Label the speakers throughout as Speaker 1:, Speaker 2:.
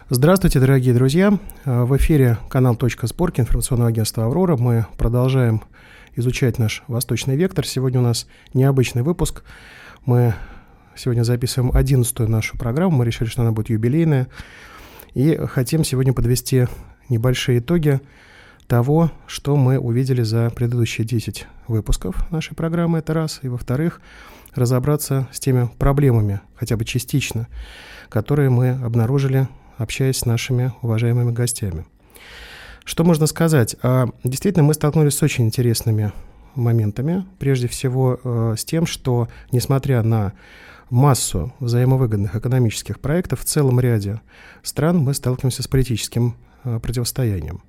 Speaker 1: Здравствуйте, дорогие друзья! В эфире канал «Точка сборки» информационного агентства «Аврора». Мы продолжаем изучать наш восточный вектор. Сегодня у нас необычный выпуск. Мы сегодня записываем 11-ю нашу программу. Мы решили, что она будет юбилейная. И хотим сегодня подвести небольшие итоги того, что мы увидели за предыдущие 10 выпусков нашей программы. Это раз. И во-вторых, разобраться с теми проблемами, хотя бы частично, которые мы обнаружили, общаясь с нашими уважаемыми гостями. Что можно сказать? Действительно, мы столкнулись с очень интересными моментами. Прежде всего с тем, что, несмотря на массу взаимовыгодных экономических проектов, в целом ряде стран мы сталкиваемся с политическим противостоянием.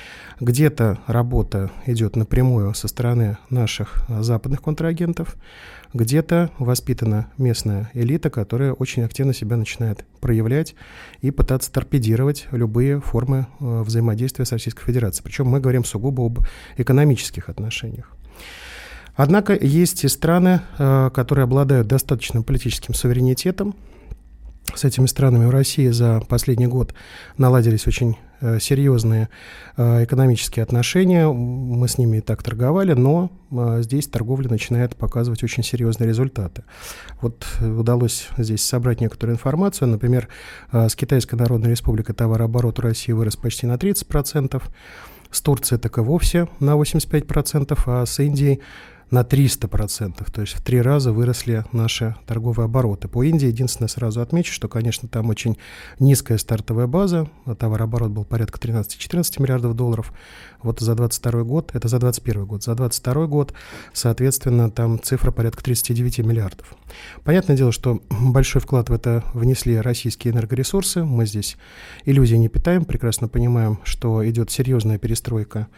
Speaker 1: Где-то работа идет напрямую со стороны наших западных контрагентов, где-то воспитана местная элита, которая очень активно себя начинает проявлять и пытаться торпедировать любые формы взаимодействия с Российской Федерацией. Причем мы говорим сугубо об экономических отношениях. Однако есть и страны, которые обладают достаточным политическим суверенитетом. С этими странами в России за последний год наладились очень серьезные экономические отношения. Мы с ними и так торговали, но здесь торговля начинает показывать очень серьезные результаты. Вот удалось здесь собрать некоторую информацию. Например, с Китайской Народной Республикой товарооборот в России вырос почти на 30%, с Турцией так и вовсе на 85%, а с Индией на 300%, то есть в 3 раза выросли наши торговые обороты. По Индии единственное сразу отмечу, что, конечно, там очень низкая стартовая база, товарооборот был порядка 13-14 миллиардов долларов. Вот за 22 год, это за 21 год, за 22 год, соответственно, там цифра порядка 39 миллиардов. Понятное дело, что большой вклад в это внесли российские энергоресурсы. Мы здесь иллюзий не питаем, прекрасно понимаем, что идет серьезная перестройка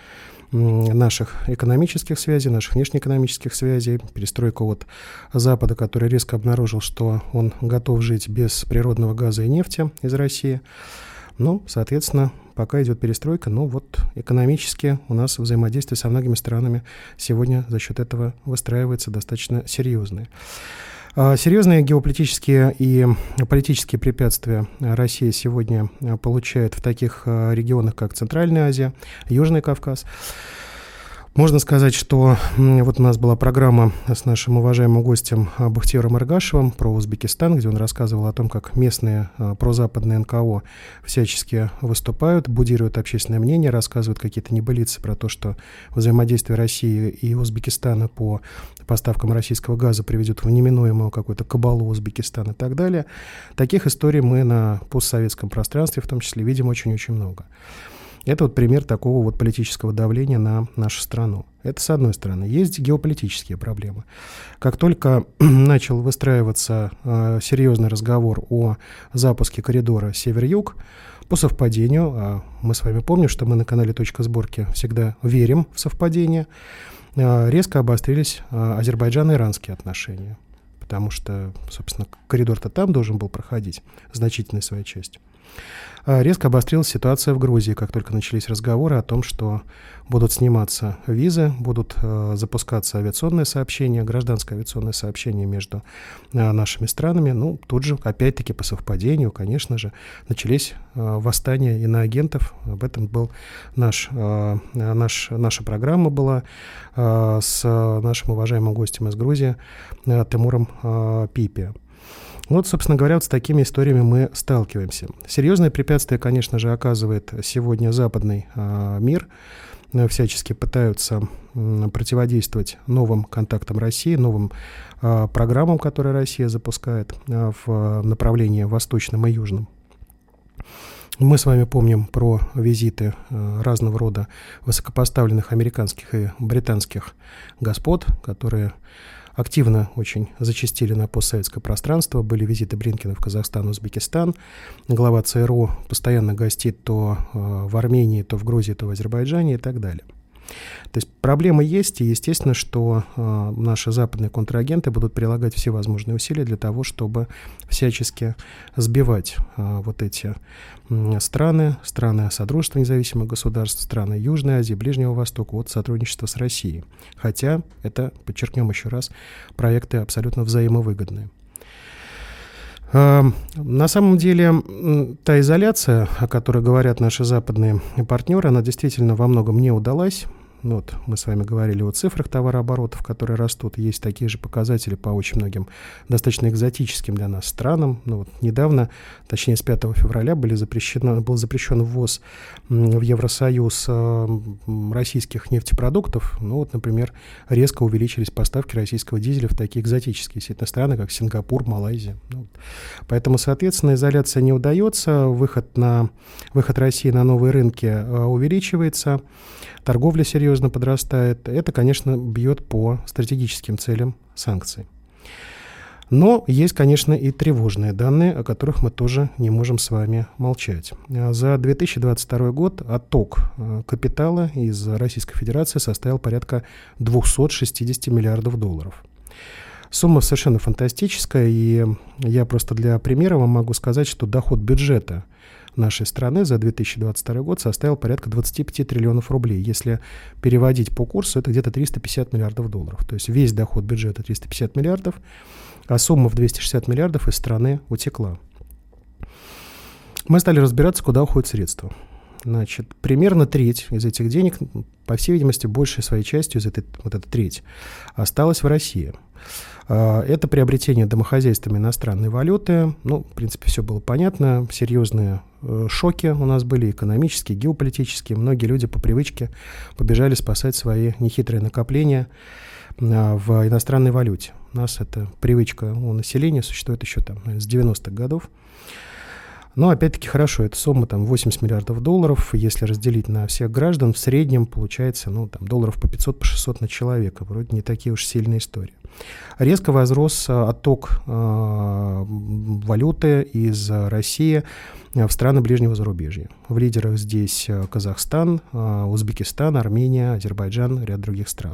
Speaker 1: наших экономических связей, наших внешнеэкономических связей, перестройка от Запада, который резко обнаружил, что он готов жить без природного газа и нефти из России. Ну, соответственно, пока идет перестройка, экономически у нас взаимодействие со многими странами сегодня за счет этого выстраивается достаточно серьезное. Серьезные геополитические и политические препятствия Россия сегодня получает в таких регионах, как Центральная Азия, Южный Кавказ. Можно сказать, что вот у нас была программа с нашим уважаемым гостем Бахтияром Эргашевым про Узбекистан, где он рассказывал о том, как местные прозападные НКО всячески выступают, будируют общественное мнение, рассказывают какие-то небылицы про то, что взаимодействие России и Узбекистана по поставкам российского газа приведет в неминуемую какую-то кабалу Узбекистана и так далее. Таких историй мы на постсоветском пространстве в том числе видим очень-очень много. Это вот пример такого вот политического давления на нашу страну. Это с одной стороны. Есть геополитические проблемы. Как только начал выстраиваться серьезный разговор о запуске коридора север-юг, по совпадению, а мы с вами помним, что мы на канале «Точка сборки» всегда верим в совпадение, резко обострились азербайджано-иранские отношения. Потому что, собственно, коридор-то там должен был проходить значительной своей частью. Резко обострилась ситуация в Грузии, как только начались разговоры о том, что будут сниматься визы, будут запускаться авиационные сообщения, гражданское авиационное сообщение между нашими странами. Тут же, опять-таки, по совпадению, конечно же, начались восстания иноагентов. Об этом был наша программа была с нашим уважаемым гостем из Грузии Тимуром Пипи. Собственно говоря, с такими историями мы сталкиваемся. Серьезное препятствие, конечно же, оказывает сегодня западный мир. Всячески пытаются противодействовать новым контактам России, новым программам, которые Россия запускает в направлении восточном и южном. Мы с вами помним про визиты разного рода высокопоставленных американских и британских господ, которые активно очень зачастили на постсоветское пространство. Были визиты Блинкена в Казахстан, Узбекистан. Глава ЦРУ постоянно гостит то в Армении, то в Грузии, то в Азербайджане и так далее. То есть проблемы есть, и естественно, что наши западные контрагенты будут прилагать все возможные усилия для того, чтобы всячески сбивать вот эти страны Содружества независимых государств, страны Южной Азии, Ближнего Востока от сотрудничества с Россией. Хотя это, подчеркнем еще раз, проекты абсолютно взаимовыгодные. На самом деле, та изоляция, о которой говорят наши западные партнеры, она действительно во многом не удалась. Вот мы с вами говорили о цифрах товарооборотов, которые растут. Есть такие же показатели по очень многим достаточно экзотическим для нас странам. Вот недавно, точнее с 5 февраля, был запрещен ввоз в Евросоюз российских нефтепродуктов. Например, резко увеличились поставки российского дизеля в такие экзотические страны, как Сингапур, Малайзия. Поэтому, соответственно, изоляция не удается, выход России на новые рынки увеличивается, торговля серьезно подрастает. Это, конечно, бьет по стратегическим целям санкций. Но есть, конечно, и тревожные данные, о которых мы тоже не можем с вами молчать. За 2022 год отток капитала из Российской Федерации составил порядка 260 миллиардов долларов. Сумма совершенно фантастическая, и я просто для примера вам могу сказать, что доход бюджета нашей страны за 2022 год составил порядка 25 триллионов рублей. Если переводить по курсу, это где-то 350 миллиардов долларов. То есть весь доход бюджета 350 миллиардов, а сумма в 260 миллиардов из страны утекла. Мы стали разбираться, куда уходят средства. Значит, примерно треть из этих денег, по всей видимости, большей своей частью из этой треть, осталась в России. Это приобретение домохозяйствами иностранной валюты. В принципе, все было понятно. Серьезные шоки у нас были, экономические, геополитические. Многие люди по привычке побежали спасать свои нехитрые накопления в иностранной валюте. У нас эта привычка у населения существует еще с 90-х годов. Но, опять-таки, хорошо, эта сумма 80 миллиардов долларов, если разделить на всех граждан, в среднем получается долларов по 500, по 600 на человека. Вроде не такие уж сильные истории. Резко возрос отток валюты из России в страны ближнего зарубежья. В лидерах здесь Казахстан, Узбекистан, Армения, Азербайджан, ряд других стран.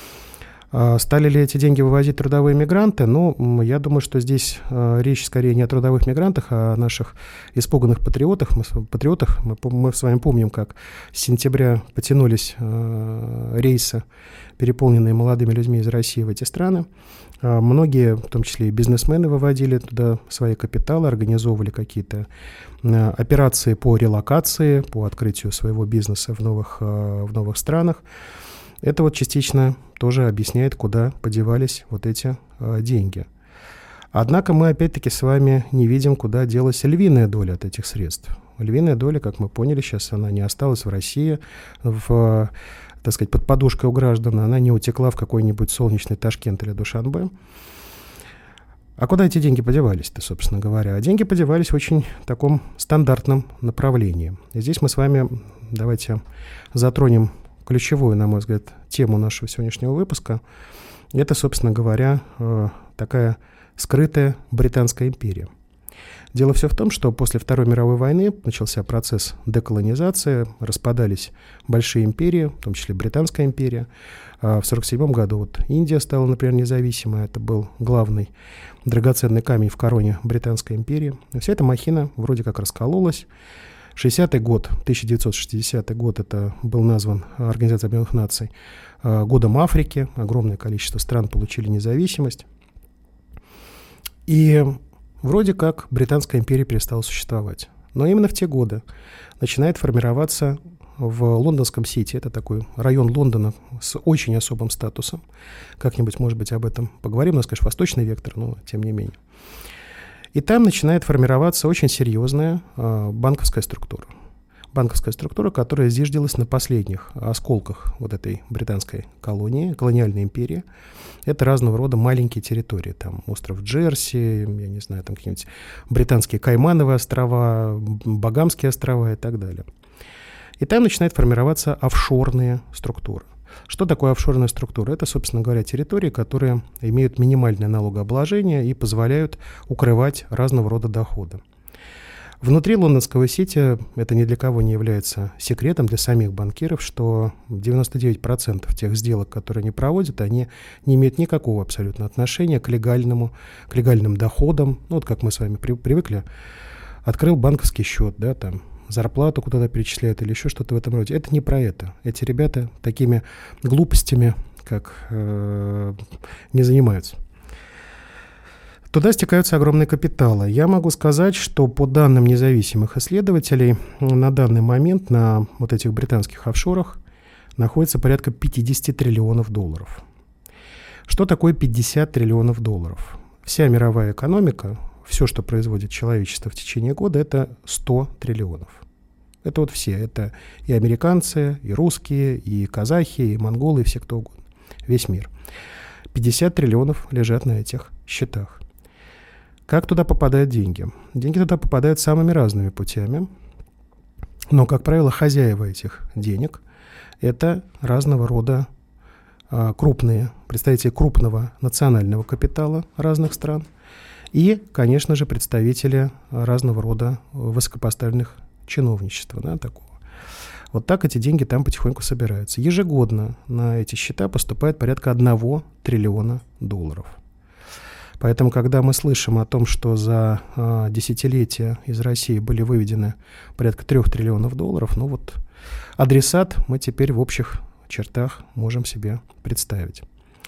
Speaker 1: Стали ли эти деньги вывозить трудовые мигранты? Я думаю, что здесь речь скорее не о трудовых мигрантах, а о наших испуганных патриотах. Мы с вами помним, как с сентября потянулись рейсы, переполненные молодыми людьми из России в эти страны. Многие, в том числе и бизнесмены, выводили туда свои капиталы, организовывали какие-то операции по релокации, по открытию своего бизнеса в новых странах. Это частично тоже объясняет, куда подевались эти деньги. Однако мы опять-таки с вами не видим, куда делась львиная доля от этих средств. Львиная доля, как мы поняли, сейчас она не осталась в России, под подушкой у граждан, она не утекла в какой-нибудь солнечный Ташкент или Душанбе. А куда эти деньги подевались-то, собственно говоря? А деньги подевались в очень таком стандартном направлении. И здесь мы с вами давайте затронем ключевую, на мой взгляд, тему нашего сегодняшнего выпуска. Это, собственно говоря, такая скрытая Британская империя. Дело все в том, что после Второй мировой войны начался процесс деколонизации, распадались большие империи, в том числе Британская империя. В 1947 году Индия стала, например, независимой. Это был главный драгоценный камень в короне Британской империи. И вся эта махина вроде как раскололась. 1960 год, это был назван Организацией Объединенных Наций годом Африки. Огромное количество стран получили независимость. И вроде как Британская империя перестала существовать. Но именно в те годы начинает формироваться в лондонском Сити, это такой район Лондона с очень особым статусом. Как-нибудь, может быть, об этом поговорим. У нас, конечно, восточный вектор, но тем не менее. И там начинает формироваться очень серьезная банковская структура. Банковская структура, которая зиждилась на последних осколках этой британской колониальной империи. Это разного рода маленькие территории. Там остров Джерси, я не знаю, там какие-нибудь британские Каймановые острова, Багамские острова и так далее. И там начинают формироваться офшорные структуры. Что такое офшорная структура? Это, собственно говоря, территории, которые имеют минимальное налогообложение и позволяют укрывать разного рода доходы. Внутри лондонского Сити это ни для кого не является секретом для самих банкиров, что 99% тех сделок, которые они проводят, они не имеют никакого абсолютно отношения к легальным доходам. Как мы с вами привыкли, открыл банковский счет, зарплату куда-то перечисляют или еще что-то в этом роде. Это не про это. Эти ребята такими глупостями не занимаются. Туда стекаются огромные капиталы. Я могу сказать, что по данным независимых исследователей, на данный момент на вот этих британских офшорах находится порядка 50 триллионов долларов. Что такое 50 триллионов долларов? Вся мировая экономика, все, что производит человечество в течение года, это 100 триллионов. Это вот все. Это и американцы, и русские, и казахи, и монголы, и все кто угодно. Весь мир. 50 триллионов лежат на этих счетах. Как туда попадают деньги? Деньги туда попадают самыми разными путями. Но, как правило, хозяева этих денег – это разного рода крупные, представители крупного национального капитала разных стран и, конечно же, представители разного рода высокопоставленных чиновничества, да, такого. Вот так эти деньги там потихоньку собираются. Ежегодно на эти счета поступает порядка 1 триллиона долларов. Поэтому, когда мы слышим о том, что за десятилетия из России были выведены порядка 3 триллионов долларов, ну вот адресат мы теперь в общих чертах можем себе представить.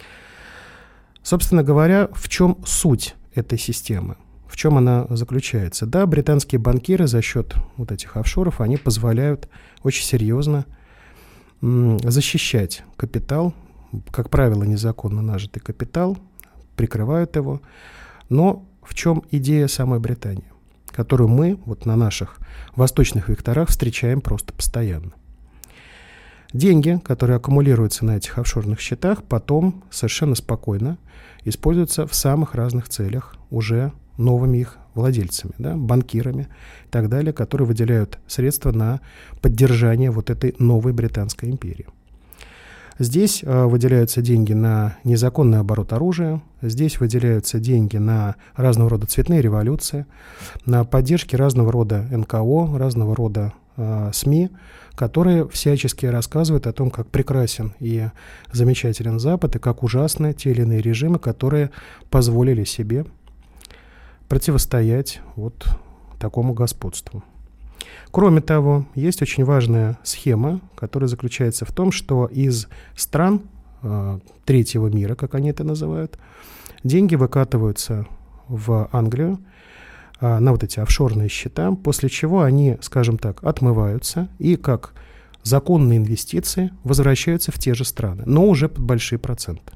Speaker 1: Собственно говоря, в чем суть этой системы? В чем она заключается? Да, британские банкиры за счет вот этих офшоров, они позволяют очень серьезно защищать капитал, как правило, незаконно нажитый капитал, прикрывают его. Но в чем идея самой Британии, которую мы вот на наших восточных векторах встречаем просто постоянно? Деньги, которые аккумулируются на этих офшорных счетах, потом совершенно спокойно используются в самых разных целях уже новыми их владельцами, да, банкирами и так далее, которые выделяют средства на поддержание вот этой новой Британской империи. Здесь выделяются деньги на незаконный оборот оружия, здесь выделяются деньги на разного рода цветные революции, на поддержки разного рода НКО, разного рода СМИ, которые всячески рассказывают о том, как прекрасен и замечателен Запад, и как ужасны те или иные режимы, которые позволили себе противостоять вот такому господству. Кроме того, есть очень важная схема, которая заключается в том, что из стран третьего мира, как они это называют, деньги выкатываются в Англию на вот эти офшорные счета, после чего они, скажем так, отмываются и как законные инвестиции возвращаются в те же страны, но уже под большие проценты.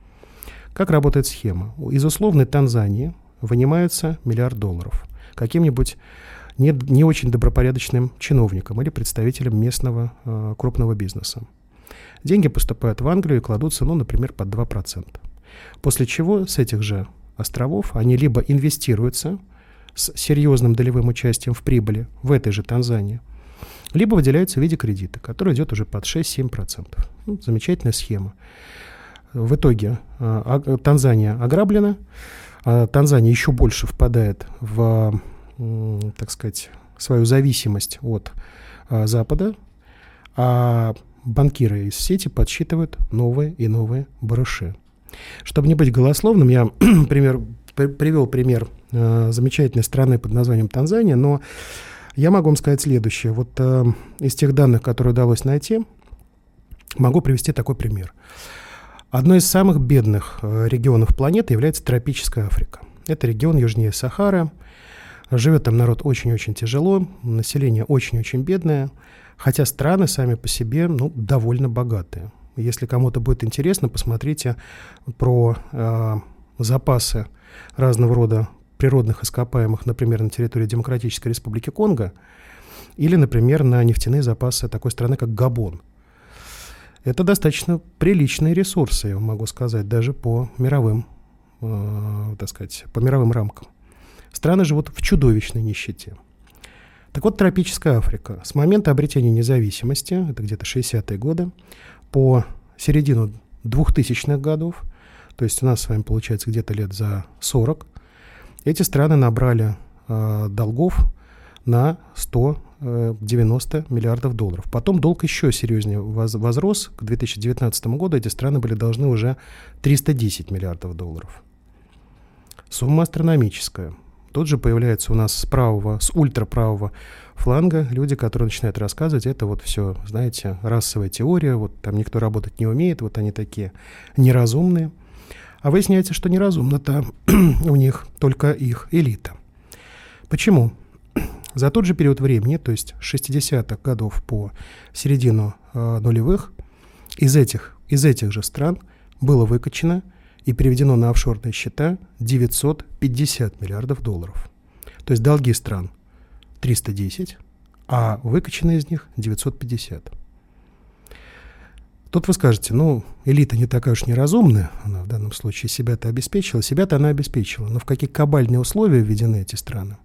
Speaker 1: Как работает схема? Из условной Танзании вынимается $1 миллиард каким-нибудь не очень добропорядочным чиновникам или представителям местного крупного бизнеса. Деньги поступают в Англию и кладутся, например, под 2%. После чего с этих же островов они либо инвестируются с серьезным долевым участием в прибыли в этой же Танзании, либо выделяются в виде кредита, который идет уже под 6-7%. Замечательная схема. В итоге Танзания ограблена, Танзания еще больше впадает в, так сказать, свою зависимость от Запада, а банкиры из сети подсчитывают новые и новые барыши. Чтобы не быть голословным, я привел пример замечательной страны под названием Танзания, но я могу вам сказать следующее. Вот из тех данных, которые удалось найти, могу привести такой пример. Одной из самых бедных регионов планеты является тропическая Африка. Это регион южнее Сахары. Живет там народ очень-очень тяжело, население очень-очень бедное, хотя страны сами по себе довольно богатые. Если кому-то будет интересно, посмотрите про запасы разного рода природных ископаемых, например, на территории Демократической Республики Конго или, например, на нефтяные запасы такой страны, как Габон. Это достаточно приличные ресурсы, я могу сказать, даже по мировым, по мировым рамкам. Страны живут в чудовищной нищете. Так вот, тропическая Африка с момента обретения независимости, это где-то 60-е годы, по середину 2000-х годов, то есть у нас с вами получается где-то лет за 40, эти страны набрали долгов на 190 миллиардов долларов. Потом долг еще серьезнее возрос. К 2019 году эти страны были должны уже 310 миллиардов долларов. Сумма астрономическая. Тут же появляется у нас с ультраправого фланга люди, которые начинают рассказывать, это вот все, знаете, расовая теория, вот там никто работать не умеет, вот они такие неразумные. А выясняется, что неразумно-то у них только их элита. Почему? За тот же период времени, то есть с 60-х годов по середину нулевых, из этих же стран было выкачано и переведено на офшорные счета 950 миллиардов долларов. То есть долги стран 310, а выкачано из них 950. Тут вы скажете, элита не такая уж неразумная, она в данном случае себя-то обеспечила, себя-то она обеспечила, но в какие кабальные условия введены эти страны?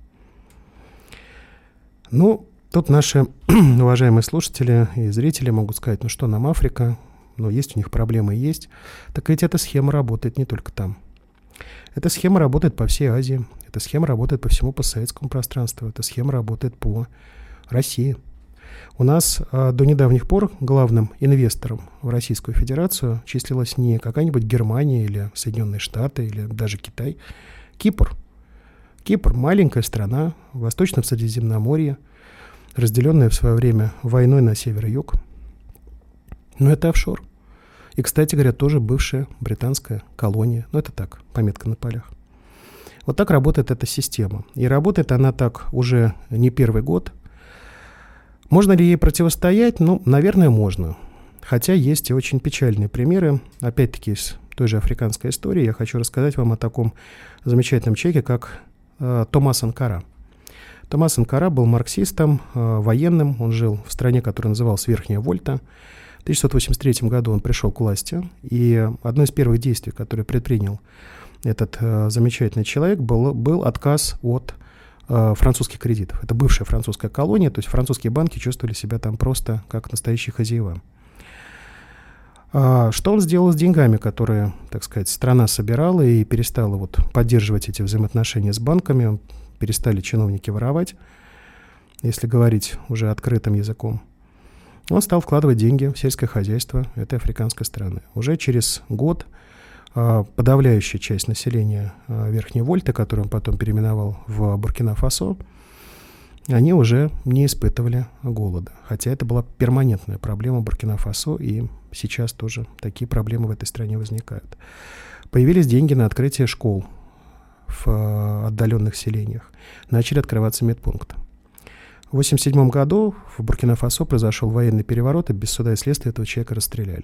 Speaker 1: Тут наши уважаемые слушатели и зрители могут сказать, что нам Африка, есть у них проблемы, есть. Так ведь эта схема работает не только там. Эта схема работает по всей Азии, эта схема работает по всему постсоветскому пространству, эта схема работает по России. У нас до недавних пор главным инвестором в Российскую Федерацию числилась не какая-нибудь Германия или Соединенные Штаты или даже Китай. Кипр. Кипр – маленькая страна в Восточном Средиземноморье, разделенная в свое время войной на север и юг. Но это офшор. И, кстати говоря, тоже бывшая британская колония. Это так, пометка на полях. Вот так работает эта система. И работает она так уже не первый год. Можно ли ей противостоять? Наверное, можно. Хотя есть и очень печальные примеры. Опять-таки, из той же африканской истории я хочу рассказать вам о таком замечательном человеке, как Томас Санкара. Томас Санкара был марксистом, военным. Он жил в стране, которая называлась Верхняя Вольта. В 1983 году он пришел к власти. И одно из первых действий, которое предпринял этот замечательный человек, был отказ от французских кредитов. Это бывшая французская колония, то есть французские банки чувствовали себя там просто как настоящие хозяева. Что он сделал с деньгами, которые, так сказать, страна собирала и перестала поддерживать эти взаимоотношения с банками, перестали чиновники воровать, если говорить уже открытым языком. Он стал вкладывать деньги в сельское хозяйство этой африканской страны. Уже через год подавляющая часть населения Верхней Вольты, которую он потом переименовал в Буркина-Фасо, они уже не испытывали голода. Хотя это была перманентная проблема Буркина-Фасо, и сейчас тоже такие проблемы в этой стране возникают. Появились деньги на открытие школ в отдаленных селениях. Начали открываться медпункты. В 1987 году в Буркина-Фасо произошел военный переворот, и без суда и следствия этого человека расстреляли.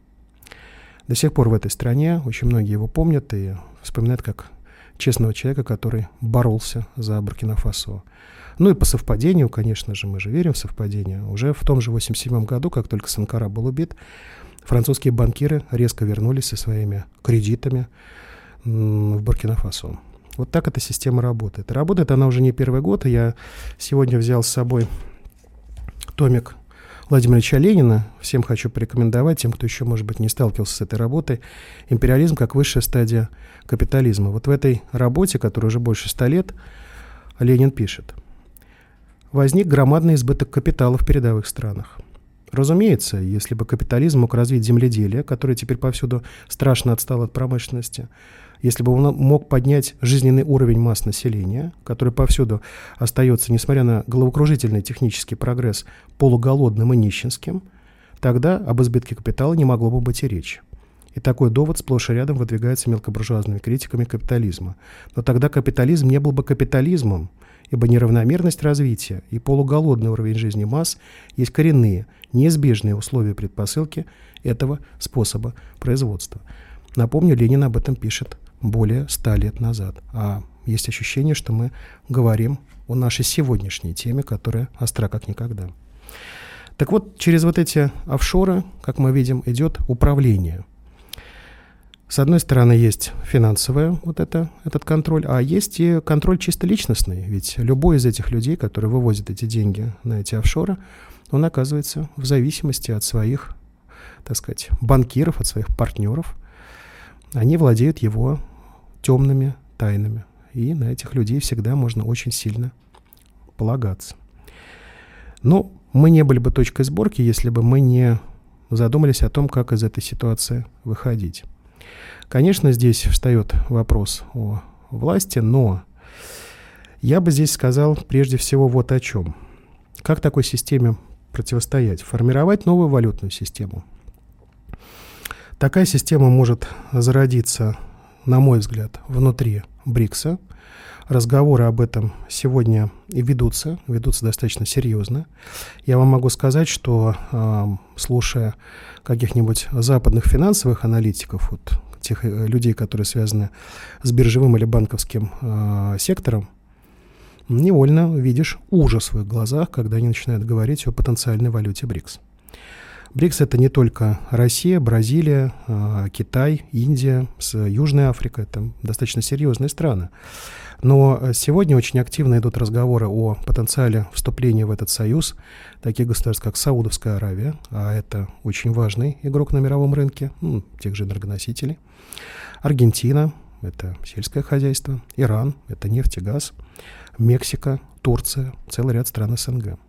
Speaker 1: До сих пор в этой стране очень многие его помнят и вспоминают как честного человека, который боролся за Буркина-Фасо. И по совпадению, конечно же, мы же верим в совпадение, уже в том же 1987 году, как только Санкара был убит, французские банкиры резко вернулись со своими кредитами в Буркина-Фасо. Вот так эта система работает. Работает она уже не первый год. Я сегодня взял с собой томик Владимира Ильича Ленина. Всем хочу порекомендовать, тем, кто еще, может быть, не сталкивался с этой работой. «Империализм как высшая стадия капитализма». Вот в этой работе, которая уже больше 100 лет, Ленин пишет: возник громадный избыток капитала в передовых странах. Разумеется, если бы капитализм мог развить земледелие, которое теперь повсюду страшно отстало от промышленности, если бы он мог поднять жизненный уровень масс населения, который повсюду остается, несмотря на головокружительный технический прогресс, полуголодным и нищенским, тогда об избытке капитала не могло бы быть и речи. И такой довод сплошь и рядом выдвигается мелкобуржуазными критиками капитализма. Но тогда капитализм не был бы капитализмом, ибо неравномерность развития и полуголодный уровень жизни масс есть коренные, неизбежные условия предпосылки этого способа производства. Напомню, Ленин об этом пишет более 100 лет назад. А есть ощущение, что мы говорим о нашей сегодняшней теме, которая остра как никогда. Так вот, через вот эти офшоры, как мы видим, идет управление. С одной стороны, есть финансовый этот контроль, а есть и контроль чисто личностный. Ведь любой из этих людей, который вывозит эти деньги на эти офшоры, он оказывается в зависимости от своих, так сказать, банкиров, от своих партнеров. Они владеют его темными тайнами. И на этих людей всегда можно очень сильно полагаться. Но мы не были бы точкой сборки, если бы мы не задумались о том, как из этой ситуации выходить. Конечно, здесь встает вопрос о власти, но я бы здесь сказал прежде всего вот о чем. Как такой системе противостоять? Формировать новую валютную систему. Такая система может зародиться на мой взгляд, внутри БРИКСа. Разговоры об этом сегодня и ведутся достаточно серьезно. Я вам могу сказать, что, слушая каких-нибудь западных финансовых аналитиков, вот тех людей, которые связаны с биржевым или банковским сектором, невольно видишь ужас в их глазах, когда они начинают говорить о потенциальной валюте БРИКС. БРИКС — это не только Россия, Бразилия, Китай, Индия, Южная Африка. Это достаточно серьезные страны. Но сегодня очень активно идут разговоры о потенциале вступления в этот союз таких государств, как Саудовская Аравия, а это очень важный игрок на мировом рынке, тех же энергоносителей, Аргентина — это сельское хозяйство, Иран — это нефть и газ, Мексика, Турция, целый ряд стран СНГ.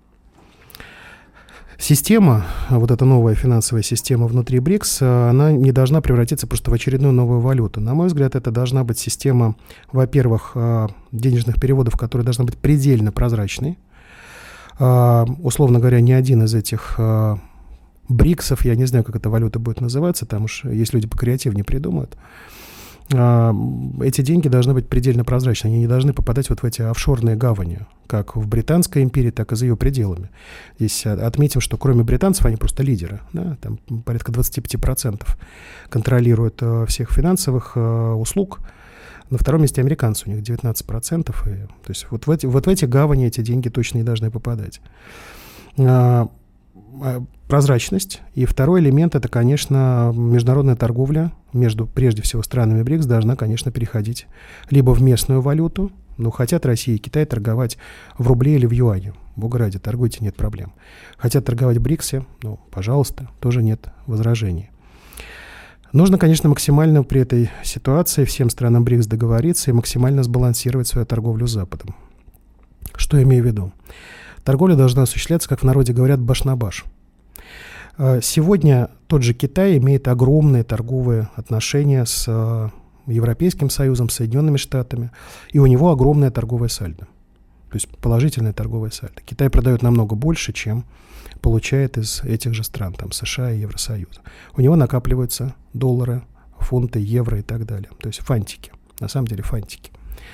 Speaker 1: Система, вот эта новая финансовая система внутри БРИКС, она не должна превратиться просто в очередную новую валюту. На мой взгляд, это должна быть система, во-первых, денежных переводов, которая должна быть предельно прозрачной. Условно говоря, ни один из этих БРИКСов, я не знаю, как эта валюта будет называться, там уж есть люди покреативнее придумают, эти деньги должны быть предельно прозрачны, они не должны попадать вот в эти офшорные гавани, как в Британской империи, так и за ее пределами. Здесь отметим, что кроме британцев они просто лидеры, да, там порядка 25% контролируют всех финансовых услуг. На втором месте американцы, у них 19%. То есть вот в эти гавани эти деньги точно не должны попадать. Прозрачность. И второй элемент — это, конечно, международная торговля между, прежде всего, странами БРИКС должна, конечно, переходить либо в местную валюту, но хотят Россия и Китай торговать в рубле или в юане. Бога ради, торгуйте, нет проблем. Хотят торговать в БРИКСе, пожалуйста, тоже нет возражений. Нужно, конечно, максимально при этой ситуации всем странам БРИКС договориться и максимально сбалансировать свою торговлю с Западом. Что я имею в виду? Торговля должна осуществляться, как в народе говорят, баш на баш. Сегодня тот же Китай имеет огромные торговые отношения с Европейским Союзом, Соединенными Штатами, и у него огромное торговое сальдо, то есть положительное торговое сальдо. Китай продает намного больше, чем получает из этих же стран, там США и Евросоюза. У него накапливаются доллары, фунты, евро и так далее, то есть фантики, на самом деле фантики.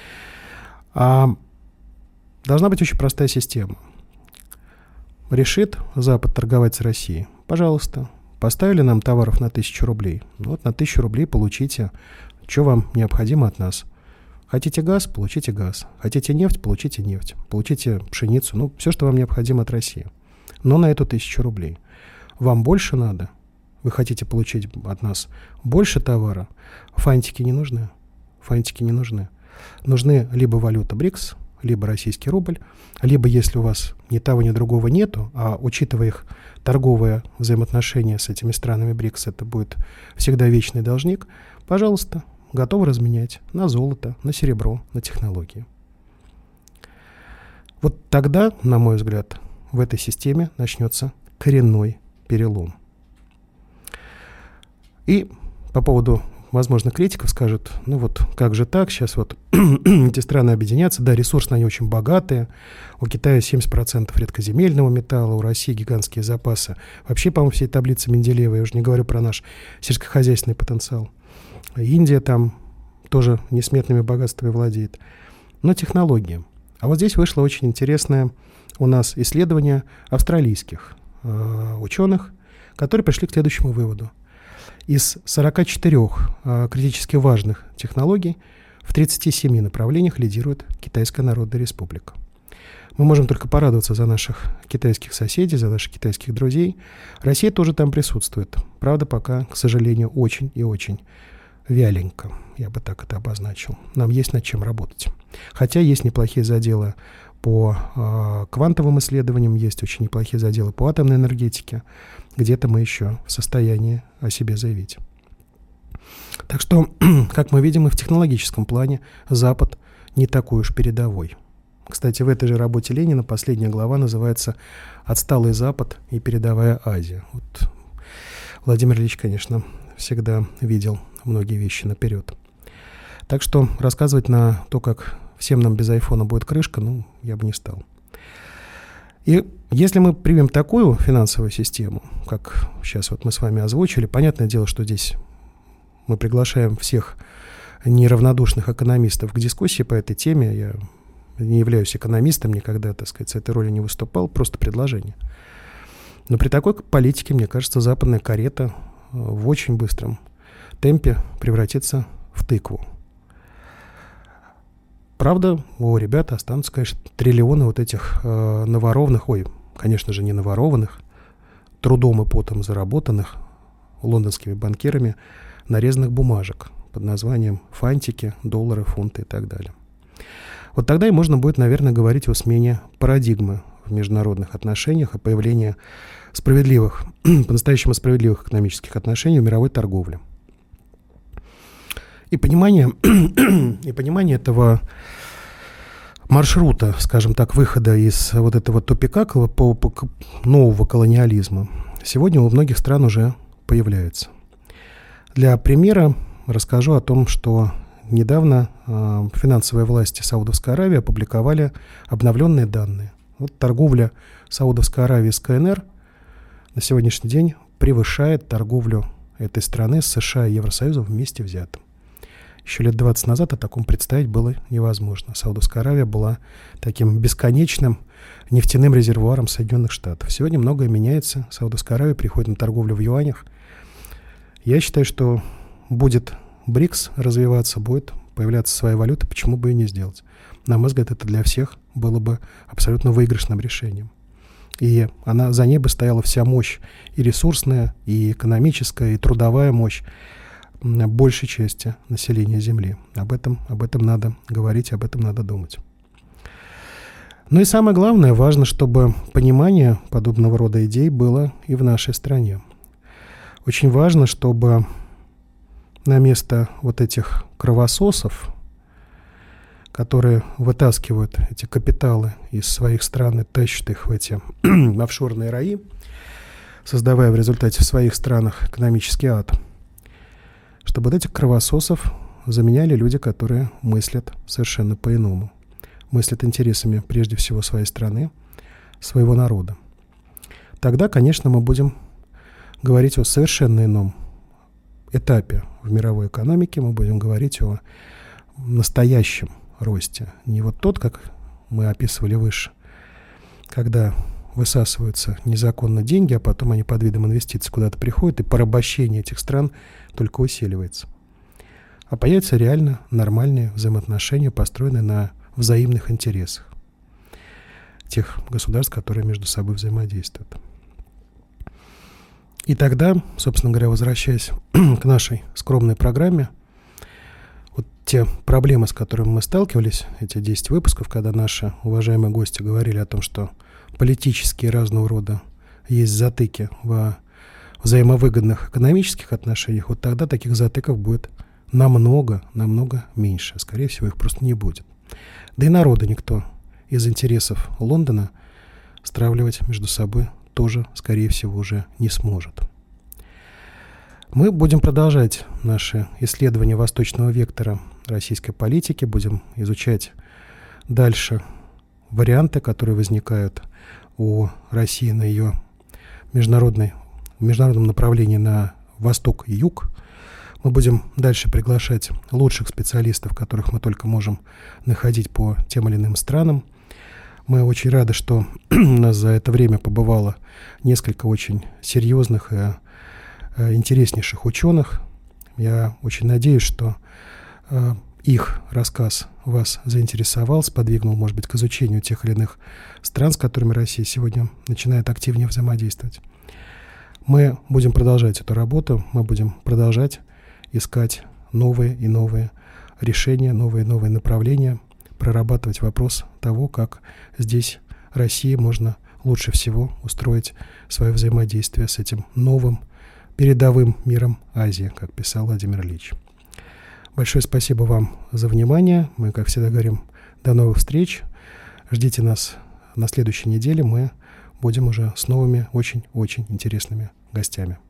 Speaker 1: Должна быть очень простая система. Решит Запад торговать с Россией? Пожалуйста. Поставили нам товаров на 1000 рублей. Вот на 1000 рублей получите, что вам необходимо от нас. Хотите газ? Получите газ. Хотите нефть? Получите нефть. Получите пшеницу. Все, что вам необходимо от России. Но на эту 1000 рублей. Вам больше надо? Вы хотите получить от нас больше товара? Фантики не нужны. Фантики не нужны. Нужны либо валюта БРИКС, либо российский рубль, либо, если у вас ни того, ни другого нету, а учитывая их торговые взаимоотношения с этими странами БРИКС, это будет всегда вечный должник, пожалуйста, готовы разменять на золото, на серебро, на технологии. Вот тогда, на мой взгляд, в этой системе начнется коренной перелом. И по поводу, возможно, критиков скажут, как же так, сейчас эти страны объединятся, да, ресурсно они очень богатые, у Китая 70% редкоземельного металла, у России гигантские запасы. Вообще, по-моему, всей таблицы Менделеева, я уже не говорю про наш сельскохозяйственный потенциал. Индия там тоже несметными богатствами владеет. Но технологии. А вот здесь вышло очень интересное у нас исследование австралийских ученых, которые пришли к следующему выводу. Из 44 критически важных технологий в 37 направлениях лидирует Китайская Народная Республика. Мы можем только порадоваться за наших китайских соседей, за наших китайских друзей. Россия тоже там присутствует. Правда, пока, к сожалению, очень и очень вяленько. Я бы так это обозначил. Нам есть над чем работать. Хотя есть неплохие заделы по квантовым исследованиям, есть очень неплохие заделы по атомной энергетике. Где-то мы еще в состоянии о себе заявить. Так что, как мы видим, и в технологическом плане Запад не такой уж передовой. Кстати, в этой же работе Ленина последняя глава называется «Отсталый Запад и передовая Азия». Вот Владимир Ильич, конечно, всегда видел многие вещи наперед. Так что рассказывать на то, как всем нам без айфона будет крышка, я бы не стал. И если мы примем такую финансовую систему, как сейчас мы с вами озвучили, понятное дело, что здесь мы приглашаем всех неравнодушных экономистов к дискуссии по этой теме. Я не являюсь экономистом, никогда, так сказать, с этой роли не выступал, просто предложение. Но при такой политике, мне кажется, западная карета в очень быстром темпе превратится в тыкву. Правда, у ребят останутся, конечно, триллионы вот этих наворованных, конечно же, не наворованных, трудом и потом заработанных лондонскими банкирами нарезанных бумажек под названием фантики, доллары, фунты и так далее. Вот тогда и можно будет, наверное, говорить о смене парадигмы в международных отношениях, о появлении справедливых, по-настоящему справедливых экономических отношений в мировой торговле. И понимание этого маршрута, скажем так, выхода из вот этого тупика нового колониализма сегодня у многих стран уже появляется. Для примера расскажу о том, что недавно финансовые власти Саудовской Аравии опубликовали обновленные данные. Вот торговля Саудовской Аравии с КНР на сегодняшний день превышает торговлю этой страны с США и Евросоюзом вместе взятым. Еще лет 20 назад о таком представить было невозможно. Саудовская Аравия была таким бесконечным нефтяным резервуаром Соединенных Штатов. Сегодня многое меняется. Саудовская Аравия приходит на торговлю в юанях. Я считаю, что будет БРИКС развиваться, будет появляться своя валюта, почему бы и не сделать. На мой взгляд, это для всех было бы абсолютно выигрышным решением. И за ней бы стояла вся мощь и ресурсная, и экономическая, и трудовая мощь большей части населения Земли. Об этом надо говорить, об этом надо думать. Ну и самое главное, важно, чтобы понимание подобного рода идей было и в нашей стране. Очень важно, чтобы на место вот этих кровососов, которые вытаскивают эти капиталы из своих стран и тащат их в эти офшорные раи, создавая в результате в своих странах экономический ад, чтобы вот этих кровососов заменяли люди, которые мыслят совершенно по-иному. Мыслят интересами прежде всего своей страны, своего народа. Тогда, конечно, мы будем говорить о совершенно ином этапе в мировой экономике, мы будем говорить о настоящем росте. Не вот тот, как мы описывали выше, когда высасываются незаконно деньги, а потом они под видом инвестиций куда-то приходят, и порабощение этих стран только усиливается. А появятся реально нормальные взаимоотношения, построенные на взаимных интересах тех государств, которые между собой взаимодействуют. И тогда, собственно говоря, возвращаясь к нашей скромной программе, вот те проблемы, с которыми мы сталкивались, эти 10 выпусков, когда наши уважаемые гости говорили о том, что политические разного рода есть затыки в взаимовыгодных экономических отношениях, вот тогда таких затыков будет намного меньше. Скорее всего, их просто не будет. Да и народа никто из интересов Лондона стравливать между собой тоже, скорее всего, уже не сможет. Мы будем продолжать наши исследования восточного вектора российской политики, будем изучать дальше варианты, которые возникают у России на ее международном направлении на восток и юг. Мы будем дальше приглашать лучших специалистов, которых мы только можем находить по тем или иным странам. Мы очень рады, что у нас за это время побывало несколько очень серьезных и интереснейших ученых. Я очень надеюсь, что их рассказ вас заинтересовал, сподвигнул, может быть, к изучению тех или иных стран, с которыми Россия сегодня начинает активнее взаимодействовать. Мы будем продолжать эту работу, мы будем продолжать искать новые и новые решения, новые и новые направления, прорабатывать вопрос того, как здесь России можно лучше всего устроить свое взаимодействие с этим новым передовым миром Азии, как писал Владимир Ильич. Большое спасибо вам за внимание. Мы, как всегда, говорим до новых встреч. Ждите нас на следующей неделе. Мы будем уже с новыми очень-очень интересными гостями.